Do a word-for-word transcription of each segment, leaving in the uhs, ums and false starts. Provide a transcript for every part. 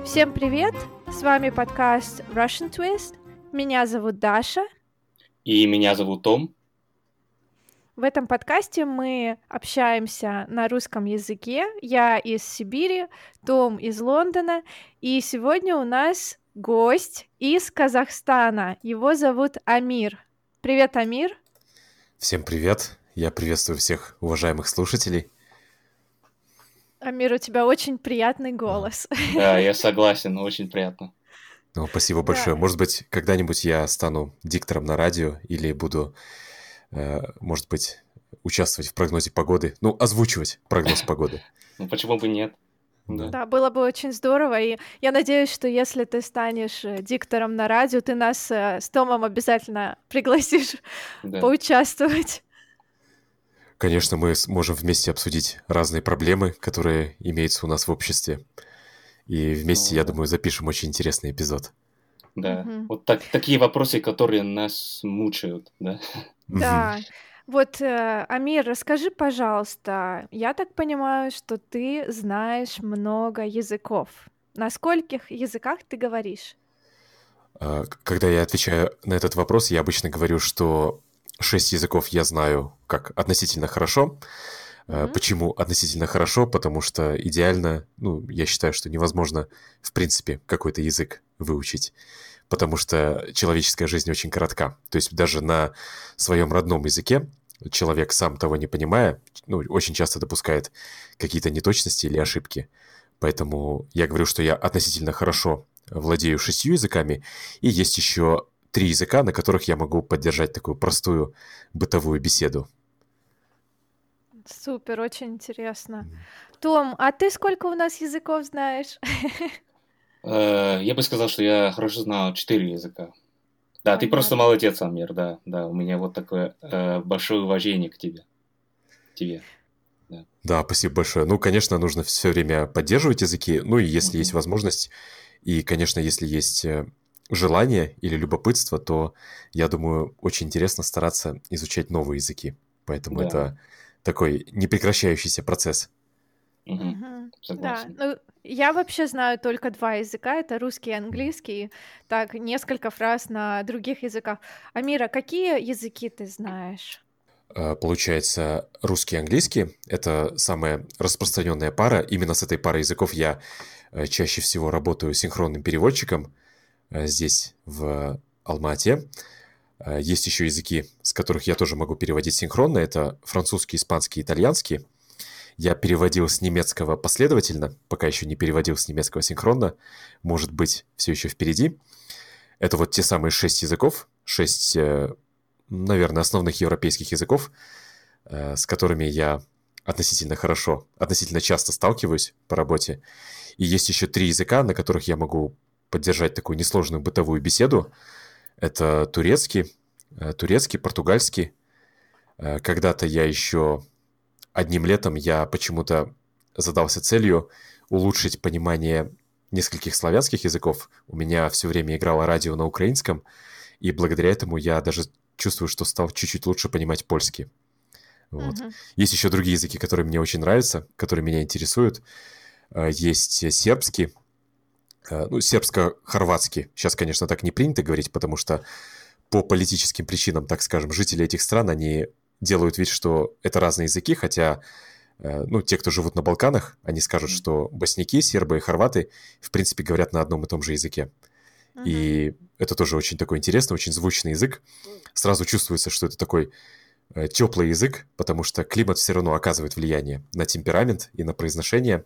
Всем привет! С вами подкаст Russian Twist. Меня зовут Даша. И меня зовут Том. В этом подкасте мы общаемся на русском языке. Я из Сибири, Том из Лондона. И сегодня у нас гость из Казахстана. Его зовут Амир. Привет, Амир. Всем привет. Я приветствую всех уважаемых слушателей. Амир, у тебя очень приятный голос. Да, я согласен, очень приятно. Ну, спасибо большое. Да. Может быть, когда-нибудь я стану диктором на радио или буду, э, может быть, участвовать в прогнозе погоды. Ну, озвучивать прогноз погоды. Ну почему бы нет? Да. Да, было бы очень здорово, и я надеюсь, что если ты станешь э, диктором на радио, ты нас э, с Томом обязательно пригласишь Да. поучаствовать. Конечно, мы сможем вместе обсудить разные проблемы, которые имеются у нас в обществе. И вместе, Ну, я да. думаю, запишем очень интересный эпизод. Да. Мгм. Вот так, такие вопросы, которые нас мучают, да? Мгм. Да, вот, э, Амир, расскажи, пожалуйста, я так понимаю, что ты знаешь много языков. На скольких языках ты говоришь? А, к- Когда я отвечаю на этот вопрос, я обычно говорю, что шесть языков я знаю как относительно хорошо. А, Мгм. Почему относительно хорошо? Потому что идеально, ну, я считаю, что невозможно, в принципе, какой-то язык выучить, потому что человеческая жизнь очень коротка. То есть даже на своем родном языке человек, сам того не понимая, ну, очень часто допускает какие-то неточности или ошибки. Поэтому я говорю, что я относительно хорошо владею шестью языками, и есть еще три языка, на которых я могу поддержать такую простую бытовую беседу. Супер, очень интересно. Том, а ты сколько у нас языков знаешь? Э, Я бы сказал, что я хорошо знаю четыре языка. Да, ты просто Понятно. молодец, Амир, да, да, у меня вот такое э, большое уважение к тебе, тебе, да. Да, спасибо большое. Ну, конечно, нужно все время поддерживать языки, ну и если есть Мгм. возможность, и, конечно, если есть э, желание или любопытство, то, я думаю, очень интересно стараться изучать новые языки. Поэтому Да, это такой непрекращающийся процесс. мгм. Мгм. Да, Согласен. ну я вообще знаю только два языка, это русский и английский, так несколько фраз на других языках. Амира, какие языки ты знаешь? Э, Получается, русский и английский– это самая распространенная пара. Именно с этой парой языков я э, чаще всего работаю синхронным переводчиком э, здесь, в Алма-Ате. Э, Есть еще языки, с которых я тоже могу переводить синхронно. Это французский, испанский, итальянский. Я переводил с немецкого последовательно, пока еще не переводил с немецкого синхронно. Может быть, все еще впереди. Это вот те самые шесть языков, шесть, э, наверное, основных европейских языков, э, с которыми я относительно хорошо, относительно часто сталкиваюсь по работе. И есть еще три языка, на которых я могу поддержать такую несложную бытовую беседу. Это турецкий, э, турецкий, португальский. Э, Когда-то я еще одним летом я почему-то задался целью улучшить понимание нескольких славянских языков. У меня все время играло радио на украинском, и благодаря этому я даже чувствую, что стал чуть-чуть лучше понимать польский. Вот. Мгм. Есть еще другие языки, которые мне очень нравятся, которые меня интересуют. Э, Есть сербский, э, ну, сербско-хорватский. Сейчас, конечно, так не принято говорить, потому что по политическим причинам, так скажем, жители этих стран, они делают вид, что это разные языки, хотя, э, ну, те, кто живут на Балканах, они скажут, что босняки, сербы и хорваты, в принципе, говорят на одном и том же языке. Мгм. И это тоже очень такой интересный, очень звучный язык. Сразу чувствуется, что это такой э, теплый язык, потому что климат все равно оказывает влияние на темперамент и на произношение.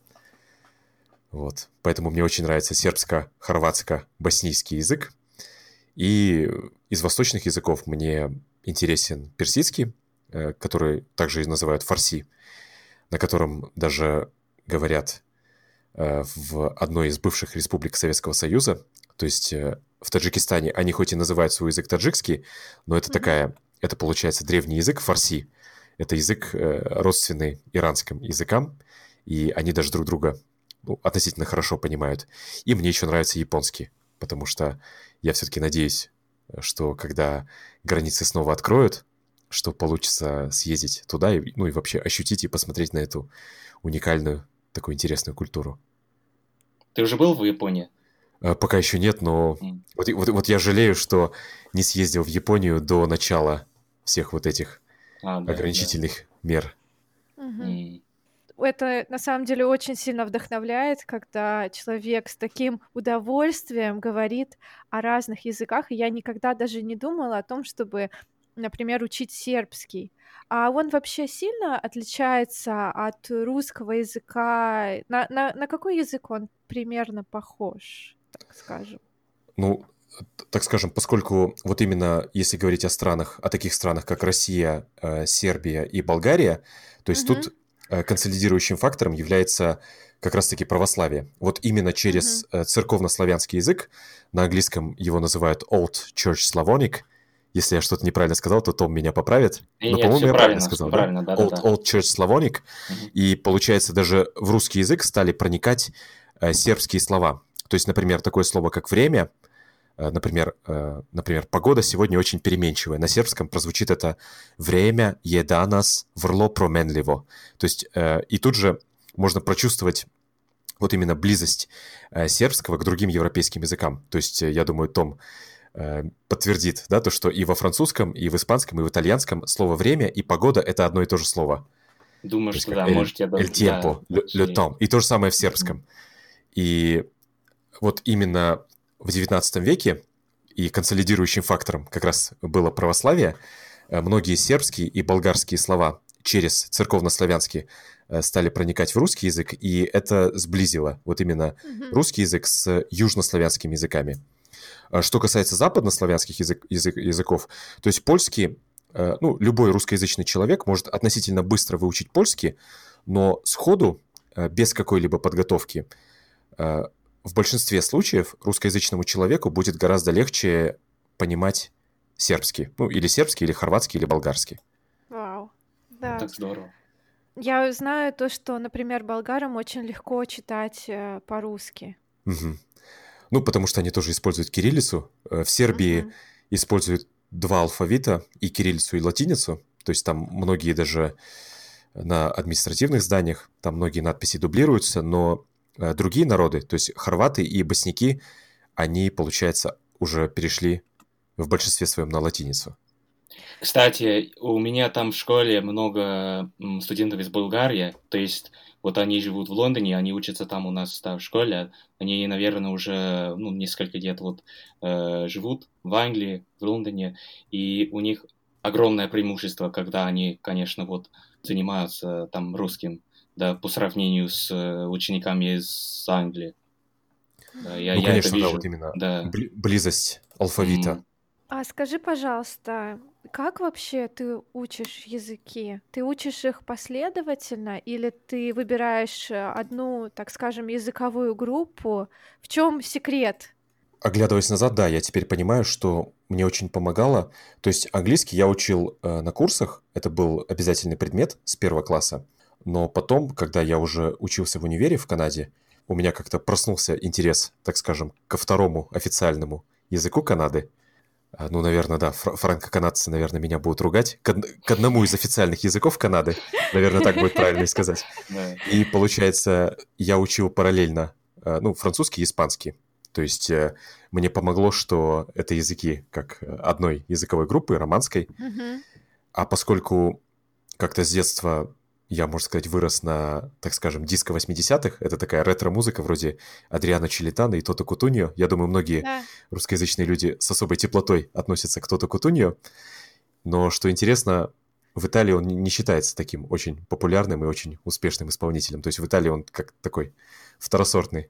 Вот. Поэтому мне очень нравится сербско-хорватско-боснийский язык. И из восточных языков мне интересен персидский, э, который также и называют фарси, на котором даже говорят э, в одной из бывших республик Советского Союза. То есть э, в Таджикистане они хоть и называют свой язык таджикский, но это Мгм. такая, это получается древний язык фарси. Это язык э, родственный иранским языкам, и они даже друг друга ну, относительно хорошо понимают. И мне еще нравится японский, потому что я все-таки надеюсь, что когда границы снова откроют, что получится съездить туда, и, ну и вообще ощутить и посмотреть на эту уникальную, такую интересную культуру. Ты уже был в Японии? А, Пока еще нет, но М. вот, и- вот, вот я жалею, что не съездил в Японию до начала всех вот этих А, да, да. ограничительных мер. Мгм. М. Это на самом деле очень сильно вдохновляет, когда человек с таким удовольствием говорит о разных языках. И я никогда даже не думала о том, чтобы, например, учить сербский. А он вообще сильно отличается от русского языка? На, на, на какой язык он примерно похож, так скажем? Ну, т- так скажем, поскольку вот именно если говорить о странах, о таких странах, как Россия, э, Сербия и Болгария, то есть Мгм, тут э, консолидирующим фактором является как раз-таки православие. Вот именно мгм. через э, церковно-славянский язык, на английском его называют Old Church Slavonic. Если я что-то неправильно сказал, то Том меня поправит. И Но, нет, по-моему, все я правильно правильно, все сказал, да? правильно, Old, да-да-да. Old Church Slavonic. Мгм. И, получается, даже в русский язык стали проникать э, сербские слова. То есть, например, такое слово, как «время», Э, Например, э, например, погода сегодня очень переменчивая. На сербском прозвучит это «время je danas vrlo promenljivo». То есть э, и тут же можно прочувствовать вот именно близость э, сербского к другим европейским языкам. То есть э, я думаю, Том э, подтвердит, да, то, что и во французском, и в испанском, и в итальянском слово «время» и «погода» — это одно и то же слово. Думаю, То есть что как да, «el, может, я el даже, да, tiempo», «le, le вообще. temps». И то же самое в Мгм. сербском. И вот именно в девятнадцатом веке и консолидирующим фактором как раз было православие. Э, Многие сербские и болгарские слова через церковнославянский э, стали проникать в русский язык, и это сблизило вот именно Мгм. русский язык с южнославянскими языками. А Что касается западнославянских язык, язык- языков, то есть польский, э, ну, любой русскоязычный человек может относительно быстро выучить польский, но сходу, э, без какой-либо подготовки, э, в большинстве случаев русскоязычному человеку будет гораздо легче понимать сербский. Ну, или сербский, или хорватский, или болгарский. Вау. Ну, Да. так здорово. Я знаю то, что, например, болгарам очень легко читать э, по-русски. Мгм. Ну, потому что они тоже используют кириллицу. Э, В Сербии Мгм. используют два алфавита, и кириллицу, и латиницу. То есть там многие даже на административных зданиях, там многие надписи дублируются, но э, другие народы, то есть хорваты и босняки, они, получается, уже перешли в большинстве своем на латиницу. Кстати, у меня там в школе много м, студентов из Болгарии, то есть вот они живут в Лондоне, они учатся там у нас да, в школе, они, наверное, уже ну, несколько лет вот э, живут в Англии, в Лондоне, и у них огромное преимущество, когда они, конечно, вот занимаются там русским, да, по сравнению с э, учениками из Англии. Да, я, Ну, я это конечно, да, вот вижу, именно да. бли- близость алфавита. М. А скажи, пожалуйста, как вообще ты учишь языки? Ты учишь их последовательно или ты выбираешь э, одну, так скажем, языковую группу? В чем секрет? Оглядываясь назад, да, я теперь понимаю, что мне очень помогало. То есть английский я учил э, на курсах, это был обязательный предмет с первого класса. Но потом, когда я уже учился в универе в Канаде, у меня как-то проснулся интерес, так скажем, ко второму официальному языку Канады. А, Ну, наверное, да, фр- франко-канадцы, наверное, меня будут ругать. К, од- к одному из официальных языков Канады, наверное, так будет правильно сказать. Да. И получается, я учил параллельно, э, ну, французский и испанский. То есть э, мне помогло, что это языки как э, одной языковой группы, романской. Мгм. А поскольку как-то с детства я, можно сказать, вырос на, так скажем, диско восьмидесятых, это такая ретро-музыка вроде Адриано Челентано и Тото Кутуньо. Я думаю, многие Да. русскоязычные люди с особой теплотой относятся к Тото Кутуньо. Но что интересно, в Италии он не не считается таким очень популярным и очень успешным исполнителем. То есть в Италии он как такой второсортный.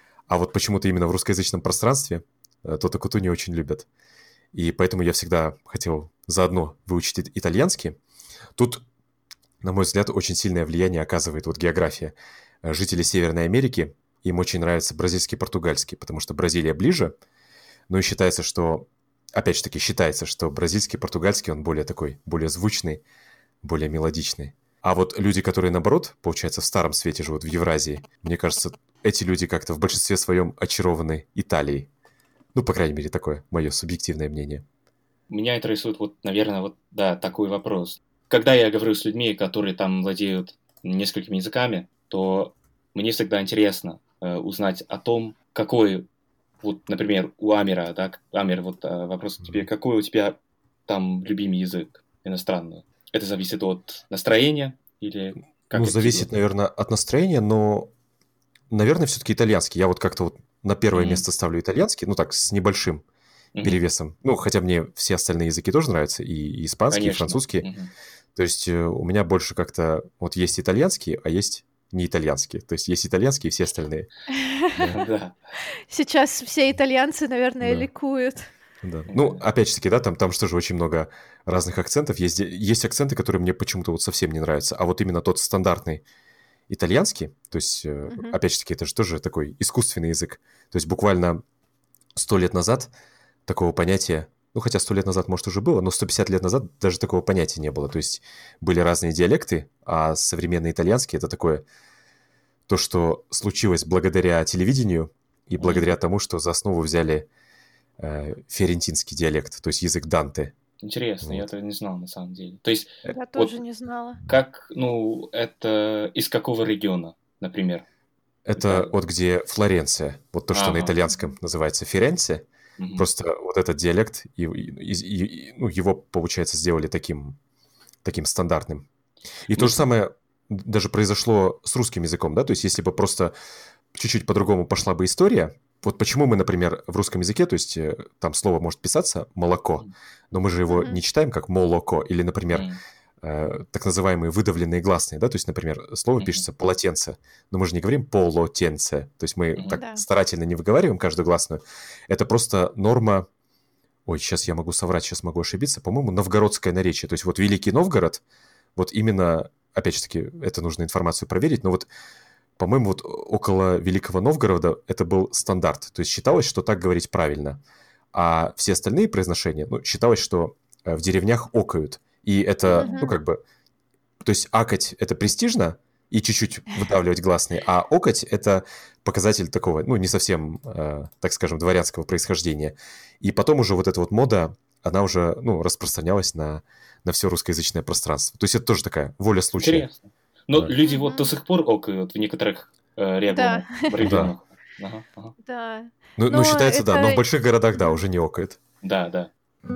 А вот почему-то именно в русскоязычном пространстве э, Тото Кутуньо очень любят. И поэтому я всегда хотел заодно выучить ит- итальянский. Тут, на мой взгляд, очень сильное влияние оказывает вот география. Э, Жители Северной Америки, им очень нравится бразильский и португальский, потому что Бразилия ближе, но и считается, что, опять же таки, считается, что бразильский и португальский, он более такой, более звучный, более мелодичный. А вот люди, которые, наоборот, получается, в Старом Свете живут, в Евразии, мне кажется, эти люди как-то в большинстве своем очарованы Италией. Ну, по крайней мере, такое мое субъективное мнение. Меня интересует вот, наверное, вот, да, такой вопрос. Когда я говорю с людьми, которые там владеют несколькими языками, то мне всегда интересно, э, узнать о том, какой, вот, например, у Амира, да, Амир, вот э, вопрос к тебе, какой у тебя там любимый язык иностранный? Это зависит от настроения или как Ну, это зависит, делать? наверное, от настроения, но, наверное, все-таки итальянский. Я вот как-то вот на первое М, место ставлю итальянский, ну так, с небольшим мгм. перевесом. Ну, хотя мне все остальные языки тоже нравятся, и, и испанский, и Конечно. французский. Мгм. То есть э, у меня больше как-то вот есть итальянский, а есть не итальянский. То есть есть итальянский и все остальные. Да, Да. Сейчас все итальянцы, наверное, да, ликуют. да. Ну, Мгм. опять же таки, да, там, там же тоже очень много разных акцентов. Есть, есть акценты, которые мне почему-то вот совсем не нравятся. А вот именно тот стандартный итальянский, то есть, э, Мгм. опять же таки, это же тоже такой искусственный язык. То есть буквально сто лет назад такого понятия, ну, хотя сто лет назад, может, уже было, но сто пятьдесят лет назад даже такого понятия не было. То есть были разные диалекты, а современный итальянский — это такое то, что случилось благодаря телевидению и Мгм. благодаря тому, что за основу взяли э, ферентинский диалект, то есть язык Данте. Интересно, я Вот. этого не знал на самом деле. То есть, Э, Я тоже вот не знала. как, ну, это из какого региона, например, Это Италии? вот где Флоренция, вот то, что на Ага. итальянском Мгм. называется Ференция, Мгм. просто вот этот диалект, и, и- и- и- ну, его, получается, сделали таким, таким стандартным. И то Ну, же самое даже произошло с русским языком, да, то есть если бы просто чуть-чуть по-другому пошла бы история, вот почему мы, например, в русском языке, то есть э, там слово может писаться «молоко», мгм. но мы же его Мгм. не читаем как «молоко», или, например, М, э, так называемые выдавленные гласные, да, то есть, например, слово мгм. пишется «полотенце», но мы же не говорим «полотенце», то есть мы Мгм. так Да. старательно не выговариваем каждую гласную. Это просто норма, ой, сейчас я могу соврать, сейчас могу ошибиться, по-моему, новгородское наречие, то есть вот Великий Новгород, вот именно, опять же таки, это нужно информацию проверить, но вот, по-моему, вот около Великого Новгорода это был стандарт, то есть считалось, что так говорить правильно, а все остальные произношения, ну, считалось, что э, в деревнях окают, и это, ну, Мгм. как бы, то есть акать — это престижно, и чуть-чуть выдавливать гласные, а окать — это показатель такого, ну, не совсем, э, так скажем, дворянского происхождения. И потом уже вот эта вот мода, она уже, ну, распространялась на, на все русскоязычное пространство. То есть это тоже такая воля случая. Интересно. Но Да. люди вот до Мгм. сих пор окают в некоторых э, Да, регионах, в Да. регионах. Ага, ага. да. Ну, ну, Но считается, да, но в это... больших городах, да, Мгм. уже не окает. Да, да.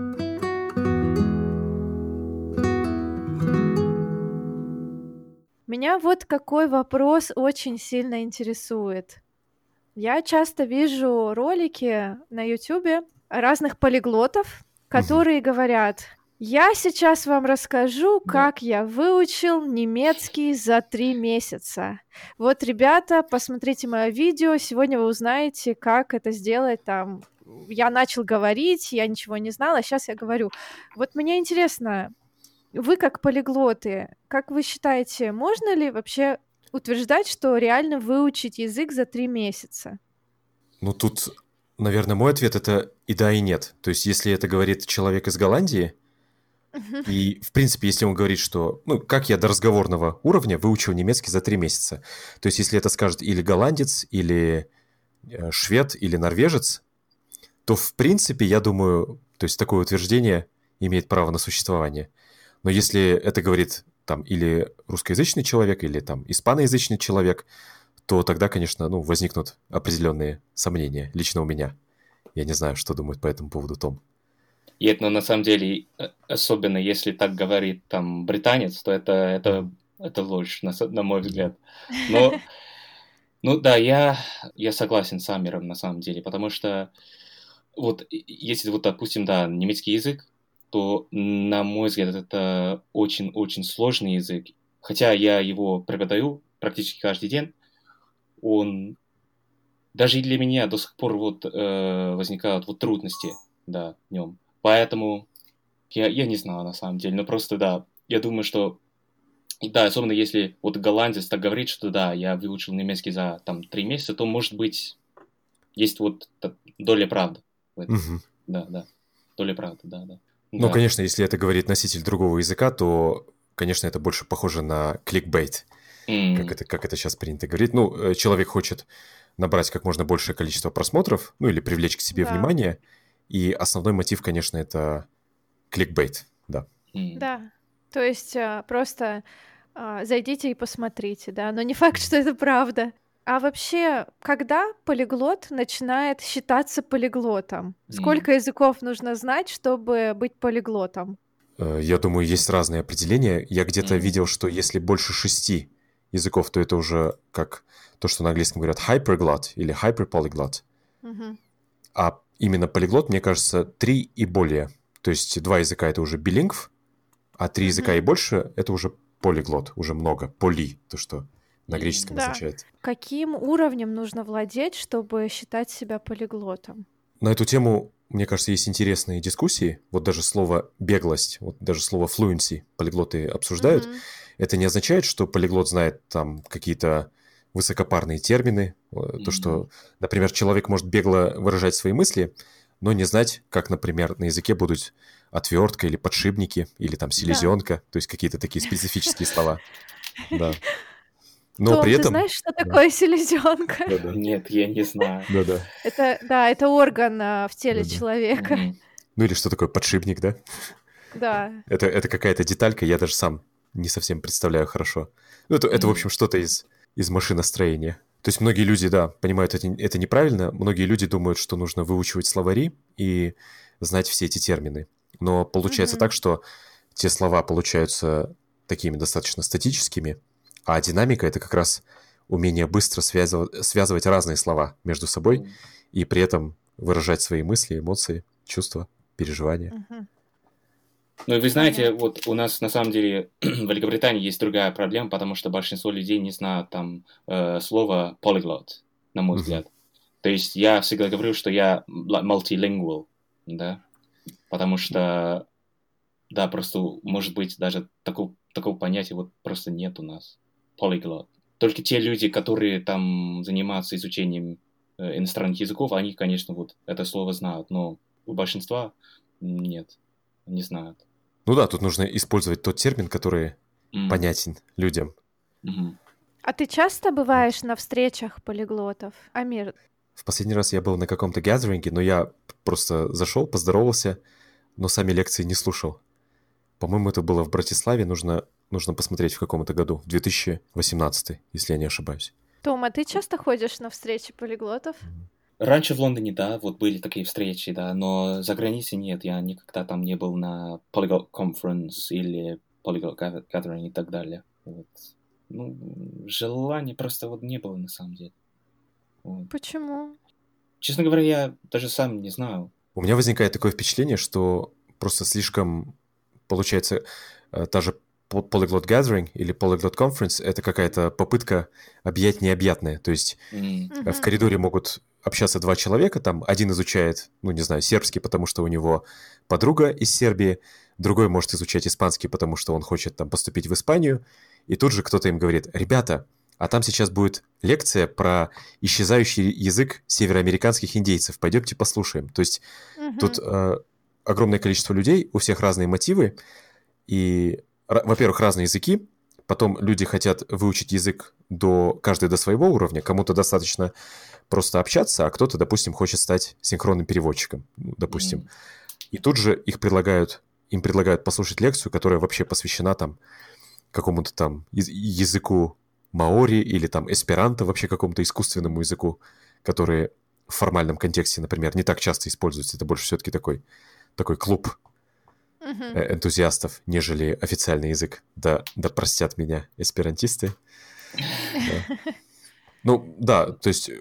Меня вот какой вопрос очень сильно интересует. Я часто вижу ролики на Ютубе разных полиглотов, Мгм. которые говорят: «Я сейчас вам расскажу, Да. как я выучил немецкий за три месяца. Вот, ребята, посмотрите мое видео, сегодня вы узнаете, как это сделать там. Я начал говорить, я ничего не знала, а сейчас я говорю». Вот мне интересно, вы как полиглоты, как вы считаете, можно ли вообще утверждать, что реально выучить язык за три месяца? Ну, тут, наверное, мой ответ — это и да, и нет. То есть если это говорит человек из Голландии, Мгм. и, в принципе, если он говорит, что, ну, как я до разговорного уровня выучил немецкий за три месяца. То есть, если это скажет или голландец, или э, швед, или норвежец, то, в принципе, я думаю, то есть такое утверждение имеет право на существование. Но если это говорит там или русскоязычный человек, или там испаноязычный человек, то тогда, конечно, ну, возникнут определенные сомнения лично у меня. Я не знаю, что думает по этому поводу Том. И это, ну, на самом деле, э, особенно если так говорит там британец, то это, это, Мгм. это ложь, на, с- на мой взгляд. Но, ну да, я, я согласен с Амиром на самом деле, потому что вот и- если вот, допустим, да, немецкий язык, то, на мой взгляд, это очень-очень сложный язык. Хотя я его преподаю практически каждый день, он даже и для меня до сих пор вот э, возникают вот трудности, да, в нем. Поэтому я, я не знаю на самом деле, но просто да, я думаю, что и да, особенно если вот голландец так говорит, что да, я выучил немецкий за там три месяца, то может быть есть вот та- доля правды в этом. Мгм. Да, да, доля правды, да, да. Ну, Да. конечно, если это говорит носитель другого языка, то, конечно, это больше похоже на кликбейт, как М, это, как это сейчас принято говорить. Ну, э, человек хочет набрать как можно большее количество просмотров, ну, или привлечь к себе Да, внимание, и основной мотив, конечно, это кликбейт, да. м. да. То есть, а, просто, а, зайдите и посмотрите, да, но не факт, что это правда. А вообще, когда полиглот начинает считаться полиглотом? М. Сколько языков нужно знать, чтобы быть полиглотом? Э, Я думаю, есть разные определения. Я где-то М. видел, что если больше шести языков, то это уже как то, что на английском говорят hyperglot или hyperpolyglot. Мгм. А именно полиглот, мне кажется, три и более. То есть два языка — это уже билингв, а три языка и Мгм. больше — это уже полиглот, уже много. Поли, то, что на М. греческом Да. означает. Каким уровнем нужно владеть, чтобы считать себя полиглотом? На эту тему, мне кажется, есть интересные дискуссии. Вот даже слово «беглость», вот даже слово «fluency» полиглоты обсуждают. Мгм. Это не означает, что полиглот знает там какие-то высокопарные термины. э, То, М. что, например, человек может бегло выражать свои мысли, но не знать, как, например, на языке будут отвертка или подшипники, или там Да. селезенка, то есть какие-то такие специфические слова. Да. Но Том, при ты этом... знаешь, что Да, такое селезенка? да, да, Нет, я не знаю. да, да, Это, да, это орган а, в теле да, да. человека. Мгм. Ну или что такое подшипник, да? Да. Это, это какая-то деталька, я даже сам не совсем представляю хорошо. Ну, это, это в М. общем, что-то из, из машиностроения. То есть многие люди, да, понимают это, это неправильно. Многие люди думают, что нужно выучивать словари и знать все эти термины. Но получается Мгм. так, что те слова получаются такими достаточно статическими, а динамика — это как раз умение быстро связывать, связывать разные слова между собой М. и при этом выражать свои мысли, эмоции, чувства, переживания. Мгм. Ну и вы знаете, Понятно. вот у нас на самом деле в Великобритании есть другая проблема, потому что большинство людей не знают там э, слово polyglot, на мой Мгм. взгляд. То есть я всегда говорю, что я м- multilingual, да, потому что, да, просто, может быть, даже такого, такого понятия вот просто нет у нас. Polyglot. Только те люди, которые там занимаются изучением э, иностранных языков, они, конечно, вот это слово знают, но у большинства нет, не знают. Ну да, тут нужно использовать тот термин, который М. понятен людям. Мгм. А ты часто Вот. бываешь на встречах полиглотов? Амир, В последний раз я был на каком-то гязеринге, но я просто зашел, поздоровался, но сами лекции не слушал. По-моему, это было в Братиславе, нужно, нужно посмотреть в каком-то году, в две тысячи восемнадцатом, если я не ошибаюсь. Том, а ты часто ходишь на встречи полиглотов? Мгм. Раньше в Лондоне, да, вот были такие встречи, да, но за границей нет, я никогда там не был на Polyglot Conference или Polyglot Gather- Gathering и так далее. Вот. Ну, желания просто вот не было на самом деле. Вот. Почему? Честно говоря, я даже сам не знаю. У меня возникает такое впечатление, что просто слишком, получается, э, та же по- Polyglot Gathering или Polyglot Conference — это какая-то попытка объять необъятное. То есть М. э, в Мгм. коридоре могут общаться два человека, там один изучает, ну, не знаю, сербский, потому что у него подруга из Сербии, другой может изучать испанский, потому что он хочет там поступить в Испанию, и тут же кто-то им говорит: ребята, а там сейчас будет лекция про исчезающий язык североамериканских индейцев, пойдемте послушаем. То есть тут Мгм. э, огромное количество людей, у всех разные мотивы, и, ра- во-первых, разные языки, потом люди хотят выучить язык до, каждый до своего уровня, кому-то достаточно просто общаться, а кто-то, допустим, хочет стать синхронным переводчиком, ну, допустим. М. И тут же их предлагают, им предлагают послушать лекцию, которая вообще посвящена там какому-то там яз- языку маори или там эсперанто, вообще какому-то искусственному языку, который в формальном контексте, например, не так часто используется. Это больше все-таки такой, такой клуб Мгм. э, энтузиастов, нежели официальный язык. Да, да простят меня эсперантисты. Да. Ну, да, то есть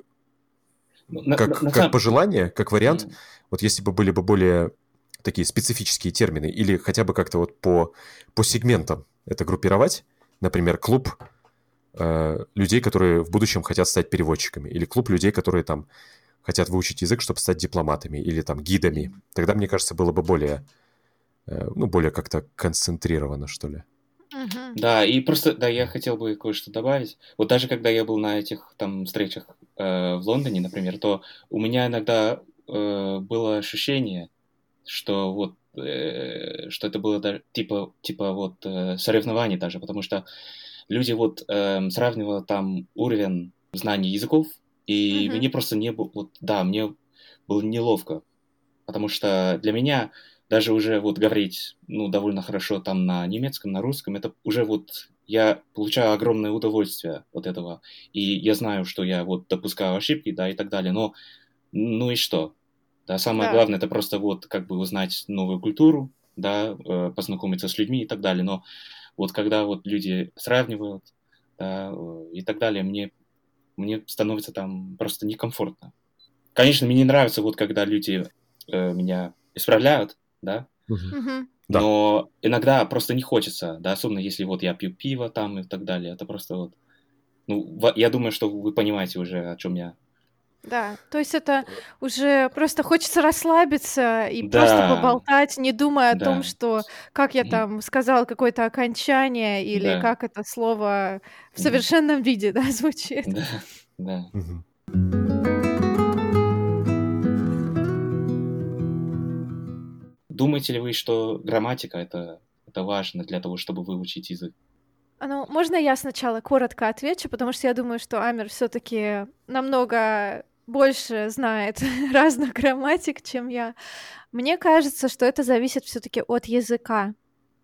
Ну, на, на- как, на как самом... пожелание, как вариант, М. вот если бы были бы более такие специфические термины, или хотя бы как-то вот по, по сегментам это группировать, например, клуб э, людей, которые в будущем хотят стать переводчиками, или клуб людей, которые там хотят выучить язык, чтобы стать дипломатами, или там гидами, М. тогда, мне кажется, было бы более, э, ну, более как-то концентрировано, что ли. Мгм. Да, и просто, да, я хотел бы кое-что добавить. Вот даже когда я был на этих там встречах э, в Лондоне, например, то у меня иногда э, было ощущение, что вот э, что это было даже типа типа вот э, соревнование даже, потому что люди вот эм, сравнивали там уровень знаний языков, и Мгм. мне просто не было, вот да, мне было неловко, потому что для меня даже уже вот говорить, ну, довольно хорошо там на немецком, на русском, это уже вот я получаю огромное удовольствие от этого. И я знаю, что я вот допускаю ошибки, да, и так далее. Но ну и что? Да, самое Да. главное это просто вот как бы узнать новую культуру, да, э, познакомиться с людьми и так далее. Но вот когда вот люди сравнивают, да, э, и так далее, мне, мне становится там просто некомфортно. Конечно, мне не нравится вот когда люди э, меня исправляют, да, Мгм. Мгм. Да. но иногда просто не хочется, да, особенно если вот я пью пиво там и так далее. Это просто вот, ну, во- я думаю, что вы понимаете уже, о чем я. Да, то есть это уже просто хочется расслабиться и просто Да, поболтать, не думая о том, да, что как я мгм, там сказал какое-то окончание или да, как это слово в мгм, совершенном виде, да, звучит. да, да. Мгм. Думаете ли вы, что грамматика это, это важно для того, чтобы выучить язык? А, ну, можно я сначала коротко отвечу, потому что я думаю, что Амер все таки намного больше знает разных грамматик, чем я. Мне кажется, что это зависит все таки от языка.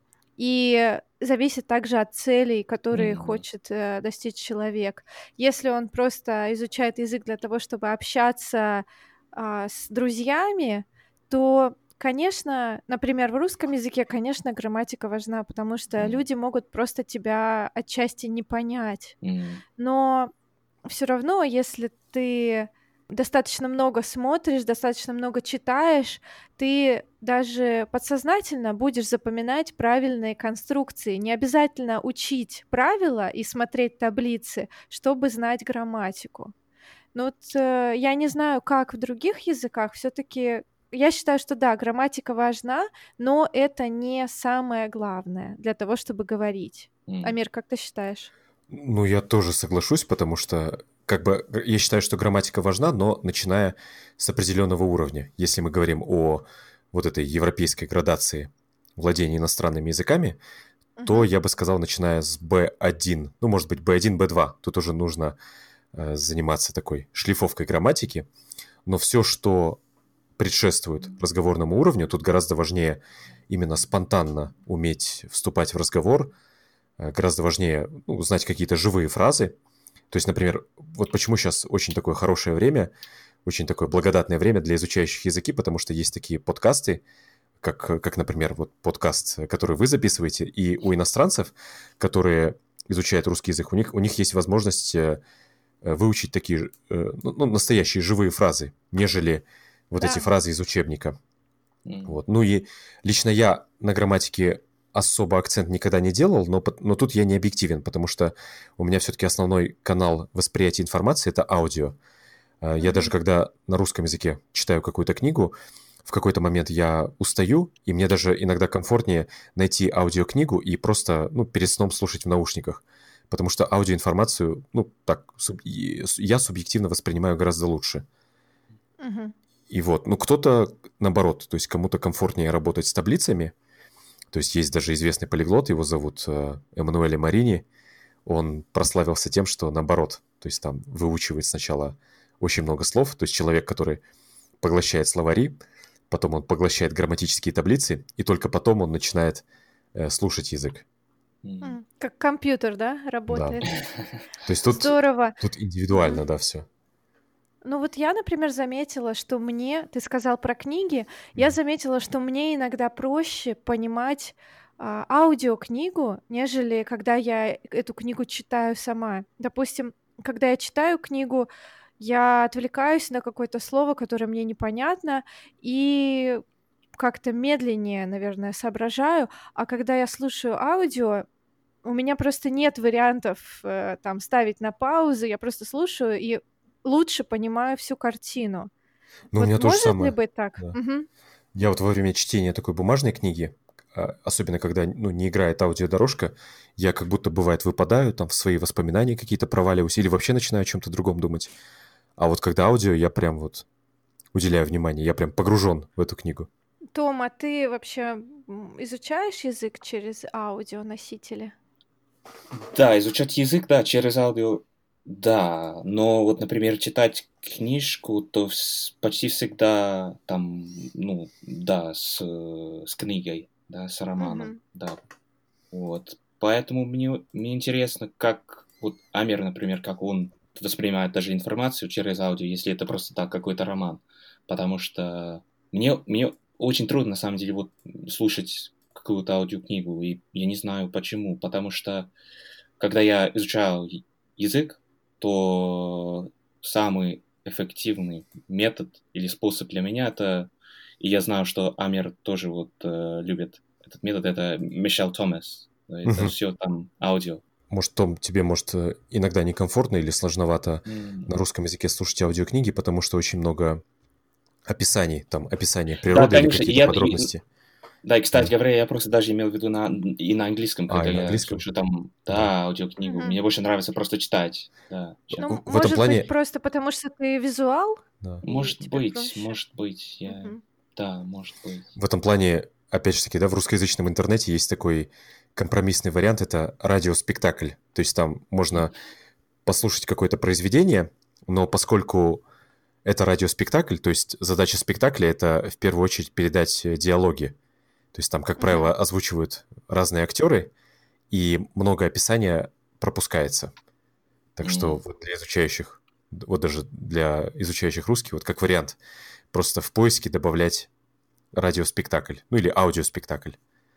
И зависит также от целей, которые М, хочет, э, достичь человек. Если он просто изучает язык для того, чтобы общаться, а, с друзьями, то, конечно, например, в русском языке, конечно, грамматика важна, потому что м, люди могут просто тебя отчасти не понять. м, Но все равно, если ты достаточно много смотришь, достаточно много читаешь, ты даже подсознательно будешь запоминать правильные конструкции. Не обязательно учить правила и смотреть таблицы, чтобы знать грамматику. Но вот, э, я не знаю, как в других языках. Все таки я считаю, что да, грамматика важна, но это не самое главное для того, чтобы говорить. м, Амир, как ты считаешь? Ну, я тоже соглашусь, потому что как бы г- я считаю, что грамматика важна, но начиная с определенного уровня. Если мы говорим о вот этой европейской градации владения иностранными языками, то Мгм. я бы сказал, начиная с би один, ну, может быть, би один, би два, тут уже нужно э, заниматься такой шлифовкой грамматики, но все, что предшествует разговорному уровню, тут гораздо важнее именно спонтанно уметь вступать в разговор, э, гораздо важнее ну, знать какие-то живые фразы. То есть, например, вот почему сейчас очень такое хорошее время, очень такое благодатное время для изучающих языки, потому что есть такие подкасты, как, как, например, вот подкаст, который вы записываете, и у иностранцев, которые изучают русский язык, у них, у них есть возможность э, выучить такие э, ну, ну, настоящие живые фразы, нежели вот эти Да. фразы из учебника. м, Вот. Ну и лично я на грамматике особо акцент никогда не делал, но, пот- но тут я не объективен, потому что у меня все-таки основной канал восприятия информации – это аудио. А, Я даже Мгм. когда на русском языке читаю какую-то книгу, в какой-то момент я устаю, и мне даже иногда комфортнее найти аудиокнигу и просто, ну, перед сном слушать в наушниках. Потому что аудиоинформацию, ну, так, суб- и- с- я субъективно воспринимаю гораздо лучше. Мгм. И вот, ну, кто-то наоборот, то есть кому-то комфортнее работать с таблицами. То есть есть даже известный полиглот, его зовут э, Эммануэле Марини. Он прославился тем, что наоборот, то есть там выучивает сначала очень много слов, то есть человек, который поглощает словари, потом он поглощает грамматические таблицы, и только потом он начинает э, слушать язык. м. М. Как компьютер, да, Да. работает? То есть тут, Здорово. тут Мгм. индивидуально, да, все. Ну вот я, например, заметила, что мне, ты сказал про книги, я заметила, что мне иногда проще понимать а, аудиокнигу, нежели когда я эту книгу читаю сама. Допустим, когда я читаю книгу, я отвлекаюсь на какое-то слово, которое мне непонятно, и как-то медленнее, наверное, соображаю. А когда я слушаю аудио, у меня просто нет вариантов, э, там ставить на паузу. Я просто слушаю и лучше понимаю всю картину. Ну, у Вот меня то же может ли самое. быть так? Да. Мгм. Я вот во время чтения такой бумажной книги, а, особенно когда ну, не играет аудиодорожка, я как будто бывает выпадаю, там в свои воспоминания какие-то проваливаюсь или вообще начинаю о чем-то другом думать. А вот когда аудио, я прям вот уделяю внимание, я прям погружен в эту книгу. Том, а ты вообще, м, изучаешь язык через аудионосители? Да, изучать язык, да, через аудио, да. Но вот, например, читать книжку, то вс- почти всегда там, ну, да, с, э, с книгой, да, с романом, Мгм. да. Вот. поэтому мне, мне интересно, как вот Амир, например, как он воспринимает даже информацию через аудио, если это просто так какой-то роман. Потому что мне, мне очень трудно, на самом деле, вот слушать какую-то аудиокнигу, и я не знаю почему. Потому что, когда я изучал язык, то самый эффективный метод или способ для меня это, и я знаю, что Амир тоже вот э, любит этот метод, это Мишель Томас. Это Мгм. все там аудио. Может, Том, тебе, может, э, иногда некомфортно или сложновато М. на русском языке слушать аудиокниги, потому что очень много описаний, там, описание Да, природы или конечно. И какие-то я, и- подробности. да, и, кстати Да. говоря, я просто даже имел в виду на, и на английском, А, когда и на я английском? слушаю там, Да. да, аудиокнигу. Мгм. Мне больше нравится просто читать, да, чем... Ну, В этом может плане, быть, просто потому что ты визуал, да, и Может тебе быть, проще. может быть, я... Мгм. Да, может быть. в этом плане, опять же таки, да, в русскоязычном интернете есть такой компромиссный вариант, это радиоспектакль. То есть там можно послушать какое-то произведение, но поскольку это радиоспектакль, то есть задача спектакля – это в первую очередь передать э, диалоги. То есть там, как Мгм. правило, озвучивают разные актеры, и много описания пропускается. Так что М. вот для изучающих, вот даже для изучающих русский, вот как вариант, просто в поиске добавлять радиоспектакль, ну или аудиоспектакль.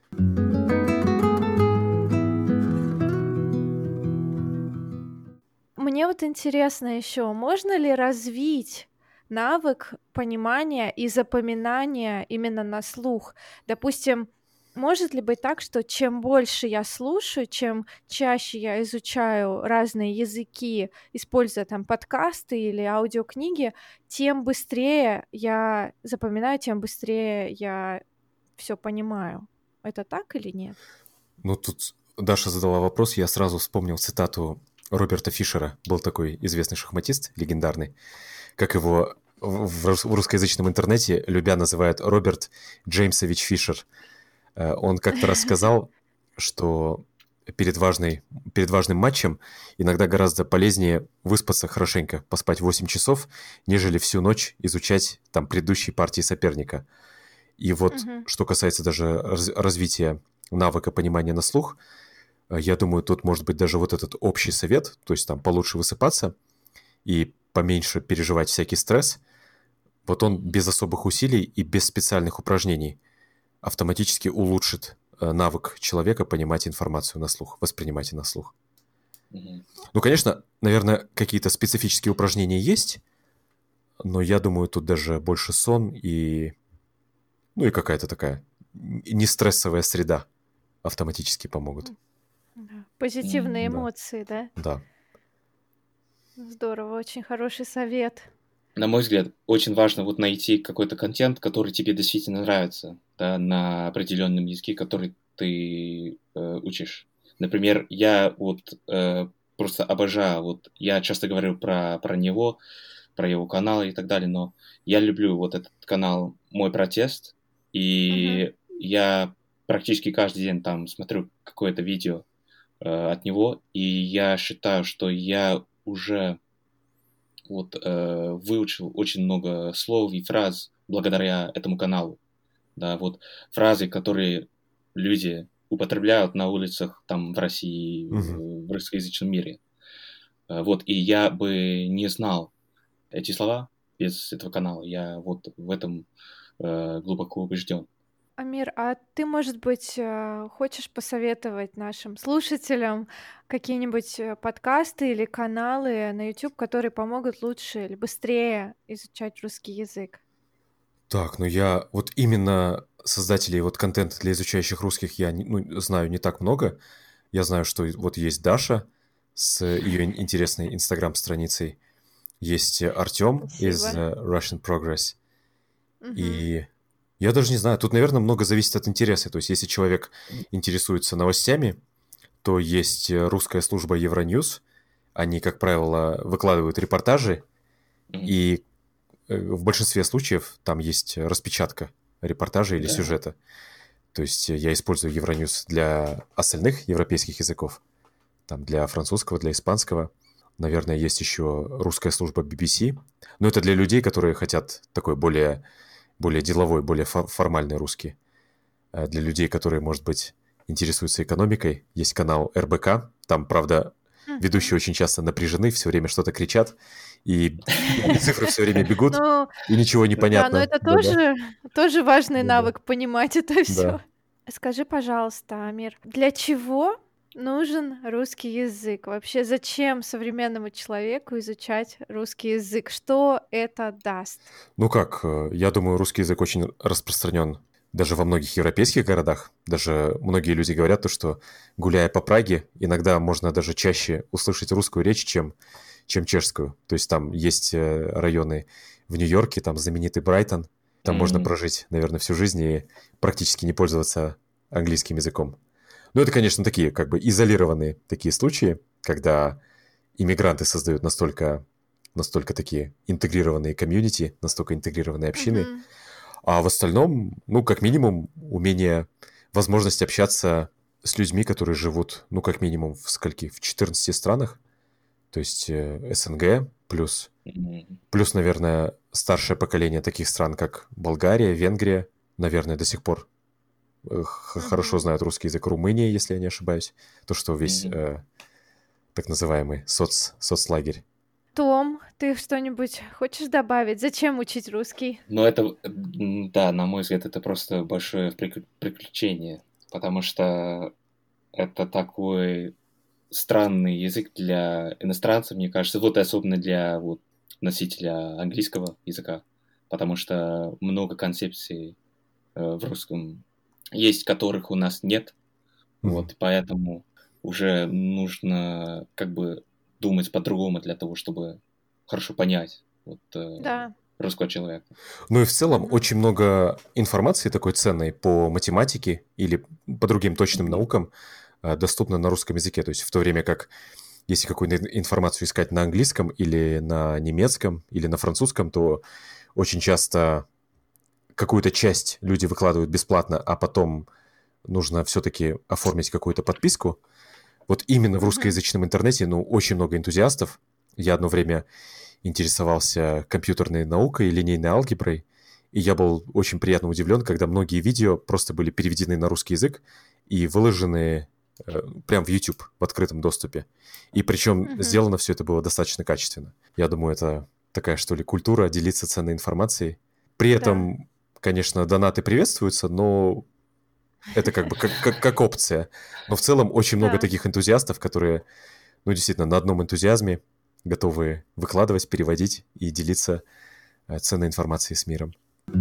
Мне вот интересно еще, можно ли развить навык понимания и запоминания именно на слух? Допустим, может ли быть так, что чем больше я слушаю, чем чаще я изучаю разные языки, используя там подкасты или аудиокниги, тем быстрее я запоминаю, тем быстрее я все понимаю. Это так или нет? Ну, тут Даша задала вопрос, я сразу вспомнил цитату Роберта Фишера. Был такой известный шахматист, легендарный. Как его в, в рус- в русскоязычном интернете любя называют Роберт Джеймсович Фишер. Э, Он как-то раз сказал, что перед, важной, перед важным матчем иногда гораздо полезнее выспаться хорошенько, поспать восемь часов, нежели всю ночь изучать там предыдущие партии соперника. И вот Мгм. что касается даже раз- развития навыка понимания на слух, э, я думаю, тут может быть даже вот этот общий совет, то есть там получше высыпаться и поменьше переживать всякий стресс, вот он без особых усилий и без специальных упражнений автоматически улучшит э, навык человека понимать информацию на слух, воспринимать ее на слух. Мгм. Ну, конечно, наверное, какие-то специфические упражнения есть, но я думаю, тут даже больше сон и, ну, и какая-то такая нестрессовая среда автоматически помогут. Да. Позитивные М. Да, эмоции, да? да. Здорово, очень хороший совет. На мой взгляд, очень важно вот найти какой-то контент, который тебе действительно нравится, да, на определенном языке, который ты э, учишь. Например, я вот э, просто обожаю, вот я часто говорю про, про него, про его канал и так далее, но я люблю вот этот канал «Мой протест», Мгм. и я практически каждый день там смотрю какое-то видео э, от него, и я считаю, что я уже вот э, выучил очень много слов и фраз благодаря этому каналу. Да, вот фразы, которые люди употребляют на улицах там в России, Мгм. э, в русскоязычном мире. Э, Вот, и я бы не знал эти слова без этого канала. Я вот в этом э, глубоко убежден. Амир, а ты, может быть, э, хочешь посоветовать нашим слушателям какие-нибудь э, подкасты или каналы на YouTube, которые помогут лучше или быстрее изучать русский язык? Так, ну я вот именно создателей вот контента для изучающих русских я не- ну, знаю не так много. Я знаю, что и- вот есть Даша с ее интересной инстаграм-страницей, есть Артем из Спасибо. э, Russian Progress, Мгм. и я даже не знаю, тут, наверное, много зависит от интереса. То есть, если человек интересуется новостями, то есть э, русская служба Евроньюз, они, как правило, выкладывают репортажи, Мгм. и э, в большинстве случаев там есть распечатка репортажа или Да. сюжета. То есть э, я использую Евроньюз для остальных европейских языков, там для французского, для испанского. Наверное, есть еще русская служба би би си. Но это для людей, которые хотят такой более, более деловой, более фо- формальный русский. А для людей, которые, может быть, интересуется экономикой. Есть канал эр бэ ка, там, правда, ведущие очень часто напряжены, все время что-то кричат, и цифры все время бегут, Ну, и ничего не да, но понятно. это Да-да. тоже, тоже важный Да-да. навык понимать это все. Да. Скажи, пожалуйста, Амир, для чего нужен русский язык? Вообще, зачем современному человеку изучать русский язык? Что это даст? Ну как, э, я думаю, русский язык очень распространен даже во многих европейских городах. Даже многие люди говорят то, что гуляя по Праге, иногда можно даже чаще услышать русскую речь, чем, чем чешскую. То есть там есть э, районы в Нью-Йорке, там знаменитый Брайтон, там можно М. прожить, наверное, всю жизнь и практически не пользоваться английским языком. Ну, это, конечно, такие как бы изолированные такие случаи, когда иммигранты создают настолько, настолько такие интегрированные комьюнити, настолько интегрированные общины. Мгм. А в остальном, ну, как минимум, умение, возможность общаться с людьми, которые живут, ну, как минимум, в скольки? В четырнадцати странах. То есть э, эс эн гэ, плюс, М. плюс, наверное, старшее поколение таких стран, как Болгария, Венгрия, наверное, до сих пор э, х- хорошо Мгм. знают русский язык. Румыния, если я не ошибаюсь. То, что весь Мгм. э, так называемый соц, соцлагерь. Том, ты что-нибудь хочешь добавить? Зачем учить русский? Но это, м, да, на мой взгляд, это просто большое прик- приключение, потому что это такой странный язык для иностранцев, мне кажется, вот и особенно для вот, носителя английского языка, потому что много концепций э, в русском есть, которых у нас нет, Мгм. вот, и поэтому уже нужно как бы думать по-другому для того, чтобы хорошо понять вот, э, Да. русского человека. Ну и в целом Мгм. очень много информации такой ценной по математике или по другим точным Мгм. наукам э, доступно на русском языке. То есть в то время как если какую-то ин- информацию искать на английском или на немецком или на французском, то очень часто какую-то часть люди выкладывают бесплатно, а потом нужно все-таки оформить какую-то подписку. Вот именно в Мгм. русскоязычном интернете, ну, очень много энтузиастов. Я одно время интересовался компьютерной наукой, линейной алгеброй, и я был очень приятно удивлен, когда многие видео просто были переведены на русский язык и выложены э, прямо в YouTube в открытом доступе. И причем Мгм. сделано все это было достаточно качественно. Я думаю, это такая, что ли, культура делиться ценной информацией. При Да. этом, конечно, донаты приветствуются, но это как бы как, как, как опция. Но в целом очень много Да. таких энтузиастов, которые, ну, действительно, на одном энтузиазме готовы выкладывать, переводить и делиться э, ценной информацией с миром.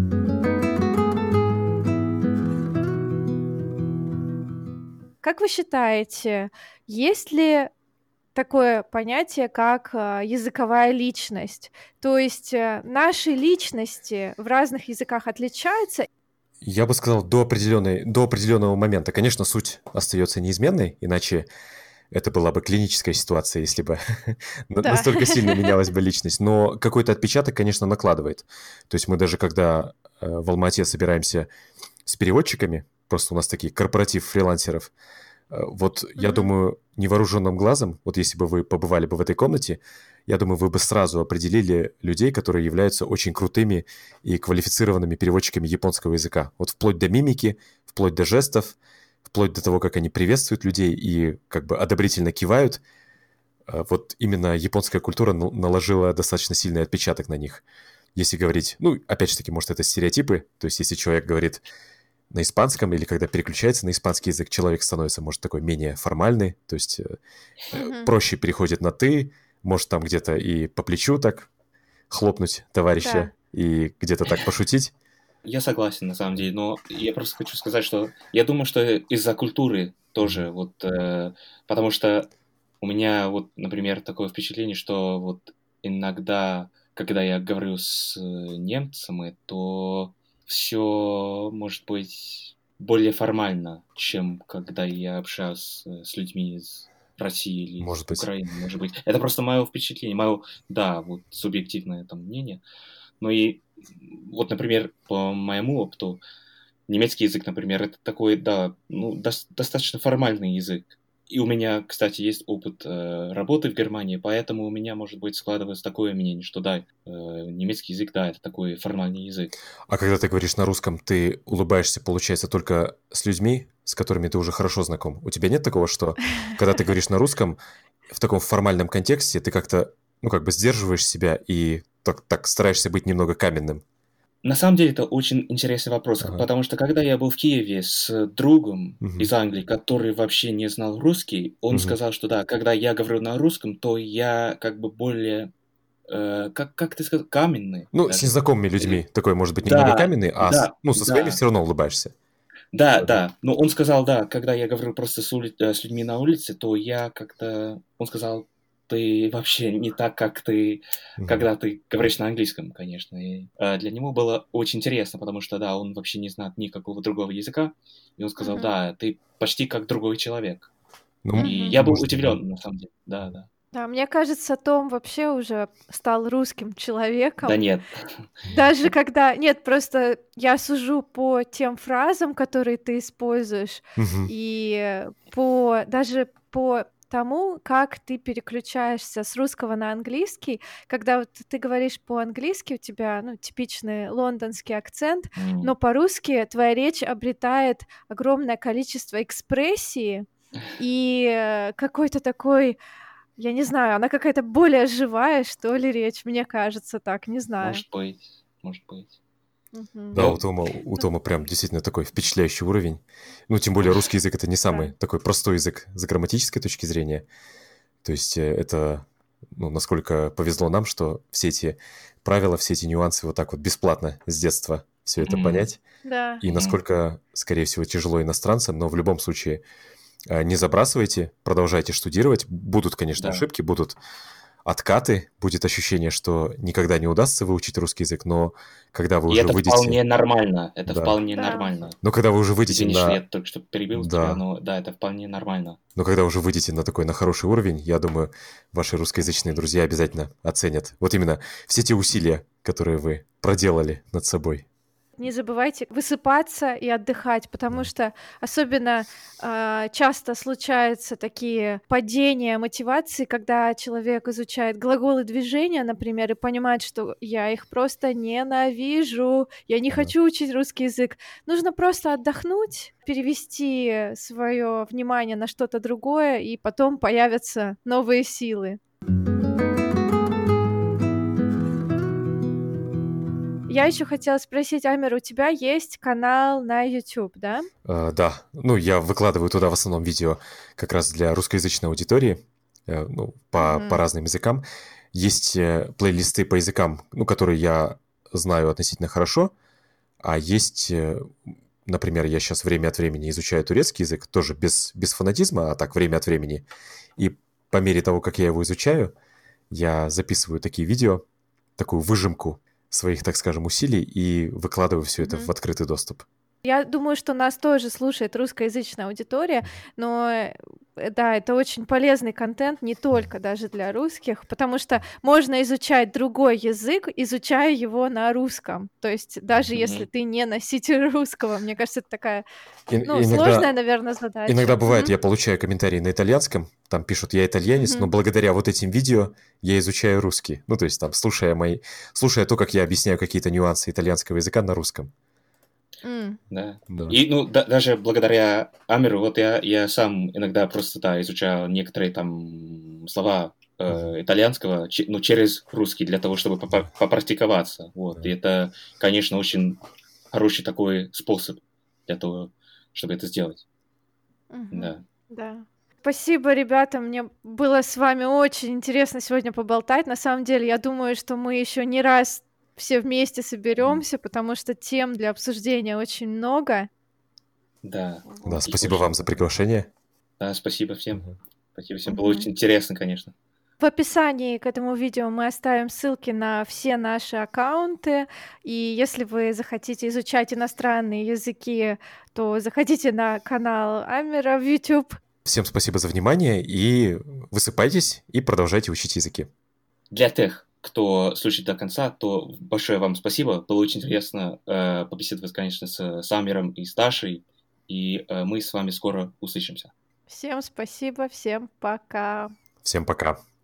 Как вы считаете, есть ли такое понятие, как а, языковая личность? То есть э, наши личности в разных языках отличаются? Я бы сказал, до, определенной, до определенного момента. Конечно, суть остается неизменной, иначе это была бы клиническая ситуация, если бы на- Да. настолько сильно менялась бы личность. Но какой-то отпечаток, конечно, накладывает. То есть мы даже когда э, в Алма-Ате собираемся с переводчиками, просто у нас такие корпоратив фрилансеров, э, вот я Мгм. думаю, невооруженным глазом, вот если бы вы побывали бы в этой комнате, я думаю, вы бы сразу определили людей, которые являются очень крутыми и квалифицированными переводчиками японского языка. Вот вплоть до мимики, вплоть до жестов, вплоть до того, как они приветствуют людей и как бы одобрительно кивают. Э, Вот именно японская культура на- наложила достаточно сильный отпечаток на них. Если говорить, ну, опять же таки, может, это стереотипы, то есть если человек говорит на испанском или когда переключается на испанский язык, человек становится, может, такой менее формальный, то есть э, э, Мгм. проще переходит на «ты», может там где-то и по плечу так хлопнуть товарища Да. и где-то так пошутить. Я согласен, на самом деле, но я просто хочу сказать, что я думаю, что из-за культуры тоже, вот, э, потому что у меня вот, например, такое впечатление, что вот иногда, когда я говорю с э, немцами, то все может быть более формально, чем когда я общаюсь с, с людьми из России или из Может быть. Украины, может быть. Это просто мое впечатление, мое, да, вот субъективное там мнение. Ну и вот, например, по моему опыту, немецкий язык, например, это такой, да, ну, дос- достаточно формальный язык. И у меня, кстати, есть опыт э, работы в Германии, поэтому у меня, может быть, складывается такое мнение, что да, э, немецкий язык, да, это такой формальный язык. А когда ты говоришь на русском, ты улыбаешься, получается, только с людьми, с которыми ты уже хорошо знаком. У тебя нет такого, что когда ты говоришь на русском, в таком формальном контексте ты как-то, ну, как бы сдерживаешь себя и так, так стараешься быть немного каменным? На самом деле это очень интересный вопрос, Ага. потому что когда я был в Киеве с другом Мгм. из Англии, который вообще не знал русский, он Мгм. сказал, что да, когда я говорю на русском, то я как бы более, э, как, как ты сказал, каменный Ну, с даже. незнакомыми Или- людьми такой, может быть, немного Да, каменный, а с- да, ну, со своими да, все равно улыбаешься. да, Да-да. да. Но он сказал, да, когда я говорю просто с, ули- э, с людьми на улице, то я как-то... Он сказал, ты вообще не так, как ты, Мгм. когда ты говоришь на английском, конечно. И, э, для него было очень интересно, потому что, да, он вообще не знает никакого другого языка. И он сказал, Мгм. да, ты почти как другой человек. Ну, И Мгм. я был может, да. удивлен, на самом деле. Да, да. Да, мне кажется, Том вообще уже стал русским Да человеком. нет. Даже когда... Нет, просто я сужу по тем фразам, которые ты используешь, Мгм. и по даже по тому, как ты переключаешься с русского на английский. Когда вот ты говоришь по-английски, у тебя, ну, типичный лондонский акцент, М. но по-русски твоя речь обретает огромное количество экспрессии и э, какой-то такой, я не знаю, она какая-то более живая, что ли, речь, мне кажется так, не знаю. Может быть, может быть. Мгм. Да, у Ну, Тома, у Тома прям действительно такой впечатляющий уровень. Ну, тем более русский язык — это не самый Да. такой простой язык с грамматической точки зрения. То есть э, это, ну, насколько повезло нам, что все эти правила, все эти нюансы вот так вот бесплатно с детства все это Мгм. понять. Да. И Мгм. насколько, скорее всего, тяжело иностранцам, но в любом случае э, не забрасывайте, продолжайте штудировать. Будут, конечно, Да. ошибки, будут откаты, будет ощущение, что никогда не удастся выучить русский язык, но когда вы И уже это выйдете... вполне нормально. Это Да. вполне Да. нормально. Но когда вы уже выйдете Извини, что я на... только что перебил Да. тебя, но да, это вполне нормально. Но когда уже выйдете на такой, на хороший уровень, я думаю, ваши русскоязычные друзья обязательно оценят. Вот именно все те усилия, которые вы проделали над собой. Не забывайте высыпаться и отдыхать, потому Да. что особенно а, часто случаются такие падения мотивации, когда человек изучает глаголы движения, например, и понимает, что я их просто ненавижу, я не Да. хочу учить русский язык. Нужно просто отдохнуть, перевести свое внимание на что-то другое, и потом появятся новые силы. Я еще хотела спросить, Амир, у тебя есть канал на YouTube, да? Э, да, ну я выкладываю туда в основном видео как раз для русскоязычной аудитории, э, ну, по, по Мгм. разным языкам. Есть э, плейлисты по языкам, ну, которые я знаю относительно хорошо, а есть, э, например, я сейчас время от времени изучаю турецкий язык, тоже без, без фанатизма, а так время от времени. И по мере того, как я его изучаю, я записываю такие видео, такую выжимку своих, так скажем, усилий и выкладываю все это в Мгм. открытый доступ. Я думаю, что нас тоже слушает русскоязычная аудитория, но э, да, это очень полезный контент не только даже для русских, потому что можно изучать другой язык, изучая его на русском. То есть даже если Мгм. ты не носитель русского, мне кажется, это такая, И- ну, иногда, сложная, наверное, задача. иногда бывает, Мгм. я получаю комментарии на итальянском, там пишут, я итальянец, но Мгм. благодаря вот этим видео я изучаю русский. Ну, то есть там, слушая мои, слушая то, как я объясняю какие-то нюансы итальянского языка на русском. М. Да. Да. И, ну, да- даже благодаря Амиру, вот я, я сам иногда просто, да, изучаю некоторые там слова э, Мгм. итальянского, че- ну, через русский, для того, чтобы попа- попрактиковаться. Вот. Да. И это, конечно, очень хороший такой способ для того, чтобы это сделать. Мгм. Да. Да. Спасибо, ребята. Мне было с вами очень интересно сегодня поболтать. На самом деле, я думаю, что мы еще не раз все вместе соберемся, потому что тем для обсуждения очень много. Да. Да, Вот. спасибо Очень. вам за приглашение. Да, спасибо всем. Мгм. Спасибо всем. Было Мгм. очень интересно, конечно. В описании к этому видео мы оставим ссылки на все наши аккаунты. И если вы захотите изучать иностранные языки, то заходите на канал Амира в YouTube. Всем спасибо за внимание и высыпайтесь и продолжайте учить языки. Для тех, кто слушает до конца, то большое вам спасибо. Было очень интересно э, побеседовать, конечно, с, с Амиром и с Дашей. И э, мы с вами скоро услышимся. Всем спасибо, всем пока. Всем пока.